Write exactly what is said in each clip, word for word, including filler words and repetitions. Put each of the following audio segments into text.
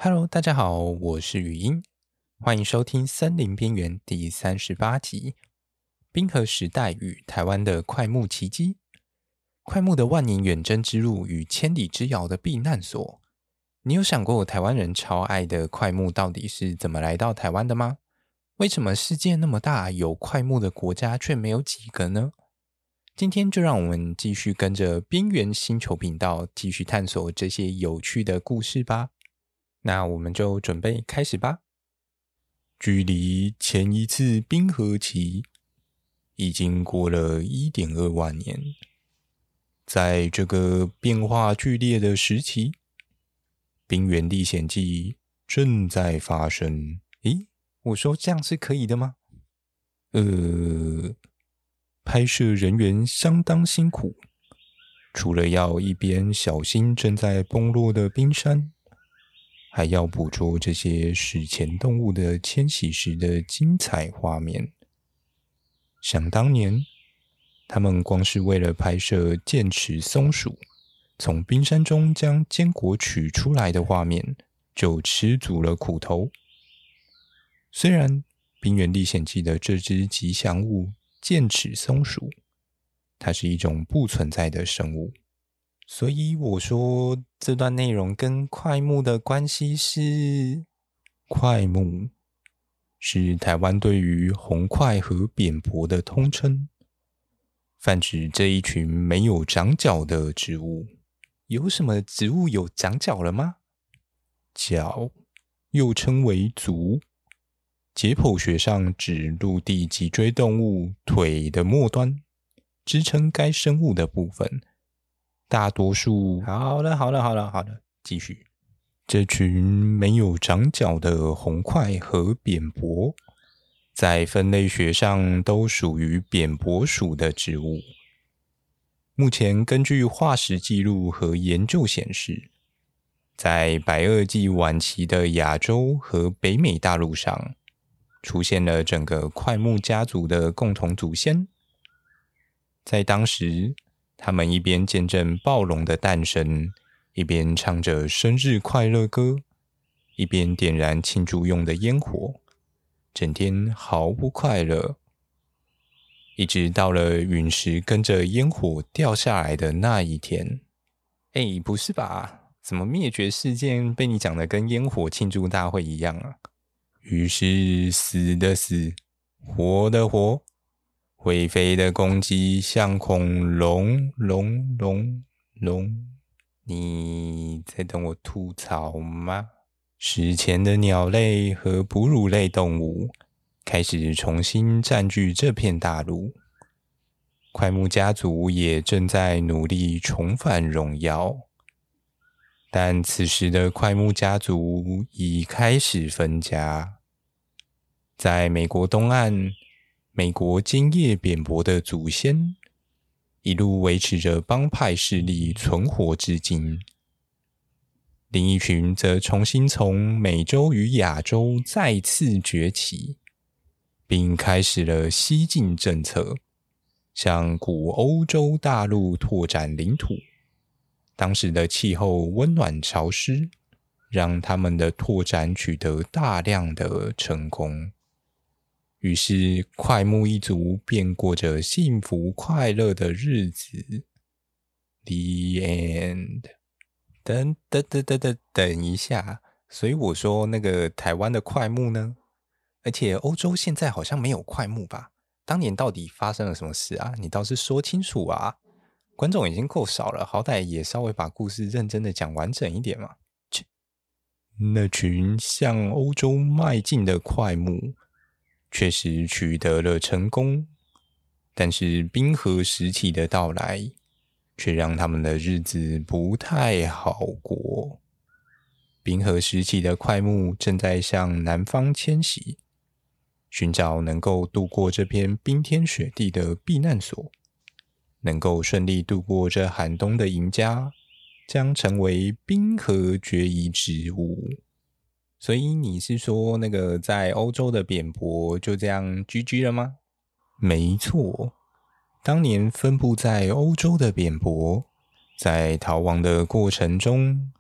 Hello， 大家好，我是语音，欢迎收听《森林边缘》第三十八集：冰河时代与台湾的快木奇迹。快木的万年远征之路与千里之遥的避难所。你有想过台湾人超爱的快木到底是怎么来到台湾的吗？为什么世界那么大，有快木的国家却没有几个呢？今天就让我们继续跟着边缘星球频道继续探索这些有趣的故事吧。那我们就准备开始吧。距离前一次冰河期已经过了 一点二万年，在这个变化剧烈的时期，冰原历险记正在发生。诶，我说这样是可以的吗？呃，拍摄人员相当辛苦，除了要一边小心正在崩落的冰山，还要捕捉这些史前动物的迁徙时的精彩画面。想当年，他们光是为了拍摄剑齿松鼠从冰山中将坚果取出来的画面，就吃足了苦头。虽然《冰原历险记》的这只吉祥物剑齿松鼠，它是一种不存在的生物，所以我说这段内容跟快木的关系是，快木是台湾对于红块和扁柏的通称，泛指这一群没有长角的植物。有什么植物有长角了吗？角又称为足，解剖学上指陆地脊椎动物腿的末端，支撑该生物的部分。大多数好了好了好了好了，继续。这群没有长角的红块和扁柏，在分类学上都属于扁柏属的植物。目前根据化石记录和研究显示，在白垩纪晚期的亚洲和北美大陆上，出现了整个快木家族的共同祖先。在当时，他们一边见证暴龙的诞生，一边唱着生日快乐歌，一边点燃庆祝用的烟火，整天毫不快乐。一直到了陨石跟着烟火掉下来的那一天。哎，不是吧？怎么灭绝事件被你讲的跟烟火庆祝大会一样啊？于是死的死，活的活，会飞的公鸡像恐龙，龙龙龙。你在等我吐槽吗？史前的鸟类和哺乳类动物开始重新占据这片大陆，快木家族也正在努力重返荣耀。但此时的快木家族已开始分家。在美国东岸，美国尖叶扁柏的祖先一路维持着帮派势力存活至今，另一群则重新从美洲与亚洲再次崛起，并开始了西进政策，向古欧洲大陆拓展领土。当时的气候温暖潮湿，让他们的拓展取得大量的成功。于是快木一族便过着幸福快乐的日子。The end。 等等等等等等一下，所以我说那个台湾的快木呢？而且欧洲现在好像没有快木吧？当年到底发生了什么事啊？你倒是说清楚啊！观众已经够少了，好歹也稍微把故事认真的讲完整一点嘛。那群向欧洲迈进的快木确实取得了成功，但是冰河时期的到来却让他们的日子不太好过。冰河时期的快木正在向南方迁徙，寻找能够度过这片冰天雪地的避难所。能够顺利度过这寒冬的赢家，将成为冰河决议植物。所以你是说那个在欧洲的扁柏就这样 G G 了吗？没错，当年分布在欧洲的扁柏，在逃亡的过程中，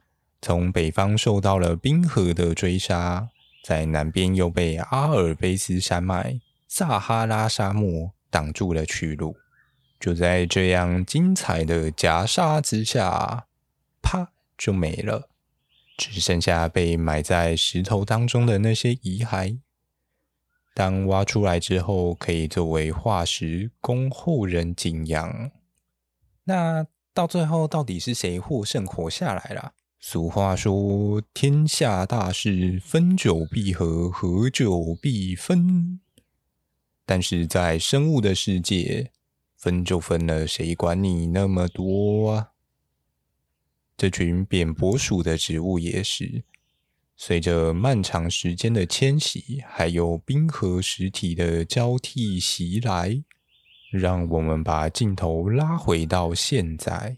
从北方受到了冰河的追杀，在南边又被阿尔卑斯山脉、撒哈拉沙漠挡住了去路。就在这样精彩的夹杀之下，啪就没了，只剩下被埋在石头当中的那些遗骸。当挖出来之后，可以作为化石供后人敬仰。那到最后到底是谁获胜活下来啦？俗话说，天下大事，分久必合，合久必分。但是在生物的世界，分就分了，谁管你那么多啊？这群扁柏属的植物也是，随着漫长时间的迁徙，还有冰河实体的交替袭来，让我们把镜头拉回到现在。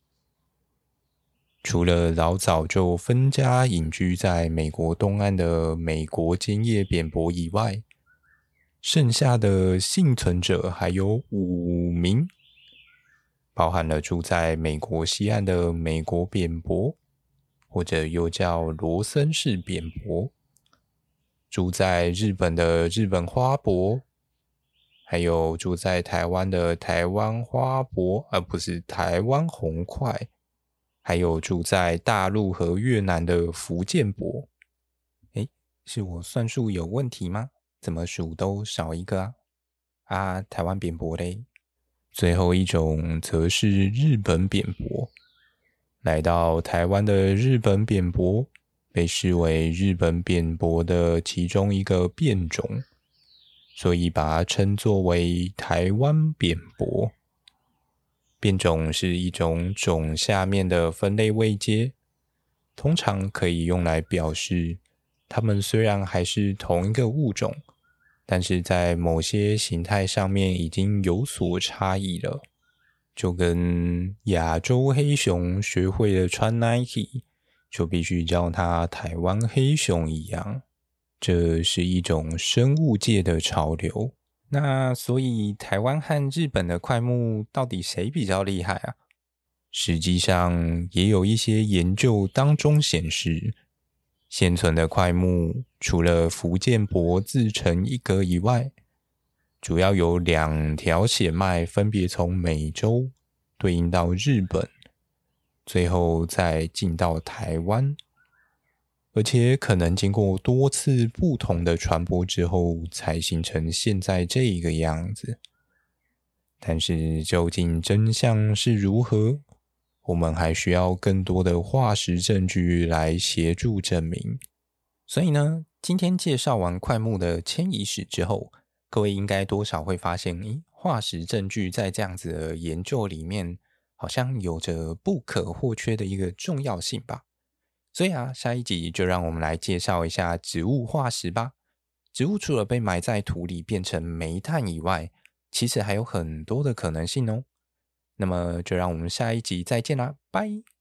除了老早就分家隐居在美国东岸的美国尖叶扁柏以外，剩下的幸存者还有五名，包含了住在美国西岸的美国扁柏，或者又叫罗森氏扁柏，住在日本的日本花柏，还有住在台湾的台湾花柏，而、呃、不是台湾红块，还有住在大陆和越南的福建柏。诶，是我算数有问题吗？怎么数都少一个啊？啊，台湾扁柏嘞。最后一种则是日本扁柏。来到台湾的日本扁柏被视为日本扁柏的其中一个变种，所以把它称作为台湾扁柏。变种是一种种下面的分类位阶，通常可以用来表示它们虽然还是同一个物种，但是在某些形态上面已经有所差异了。就跟亚洲黑熊学会了穿 Nike， 就必须叫它台湾黑熊一样。这是一种生物界的潮流。那所以台湾和日本的块木到底谁比较厉害啊？实际上也有一些研究当中显示，现存的块木除了福建柏自成一格以外，主要有两条血脉分别从美洲对应到日本，最后再进到台湾，而且可能经过多次不同的传播之后才形成现在这个样子。但是究竟真相是如何，我们还需要更多的化石证据来协助证明。所以呢，今天介绍完块木的迁移史之后，各位应该多少会发现，诶，化石证据在这样子的研究里面，好像有着不可或缺的一个重要性吧。所以啊，下一集就让我们来介绍一下植物化石吧。植物除了被埋在土里变成煤炭以外，其实还有很多的可能性哦。那么就让我们下一集再见啦，拜。